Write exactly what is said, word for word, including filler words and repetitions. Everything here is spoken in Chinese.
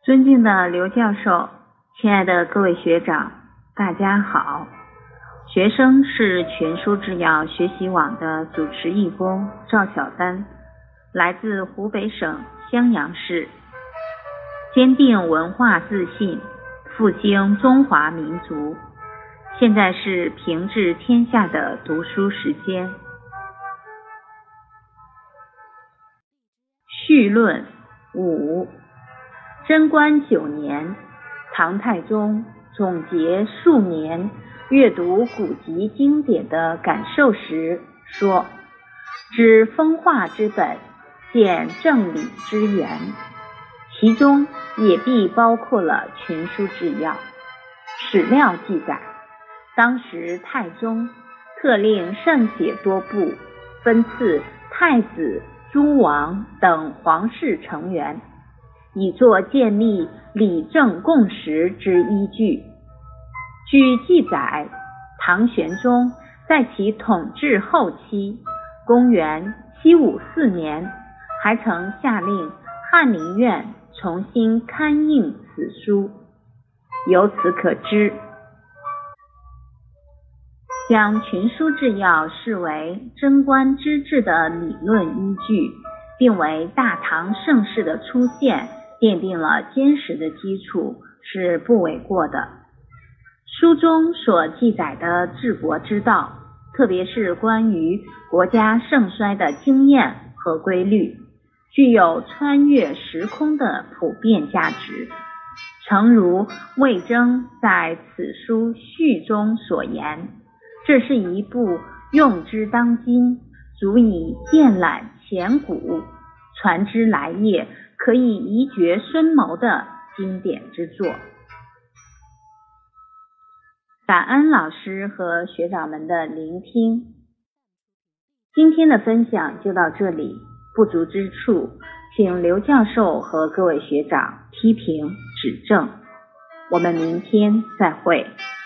尊敬的刘教授，亲爱的各位学长，大家好。学生是全书制药学习网的主持义工赵小丹，来自湖北省襄阳市，坚定文化自信，复兴中华民族。现在是平治天下的读书时间。序论五。贞观九年，唐太宗总结数年阅读古籍经典的感受时说：知风化之本，见正理之源，其中也必包括了群书治要。史料记载，当时太宗特令圣写多部，分赐太子、诸王等皇室成员，以作建立理政共识之依据。据记载，唐玄宗在其统治后期，公元七五四年，还曾下令翰林院重新刊印此书。由此可知，将群书治要视为贞观之治的理论依据，并为大唐盛世的出现奠定了坚实的基础，是不为过的。书中所记载的治国之道，特别是关于国家盛衰的经验和规律，具有穿越时空的普遍价值。诚如魏征在此书序中所言，这是一部用之当今，足以鉴览前古，传之来业，可以遗绝孙谋的经典之作。感恩老师和学长们的聆听，今天的分享就到这里，不足之处请刘教授和各位学长批评指正。我们明天再会。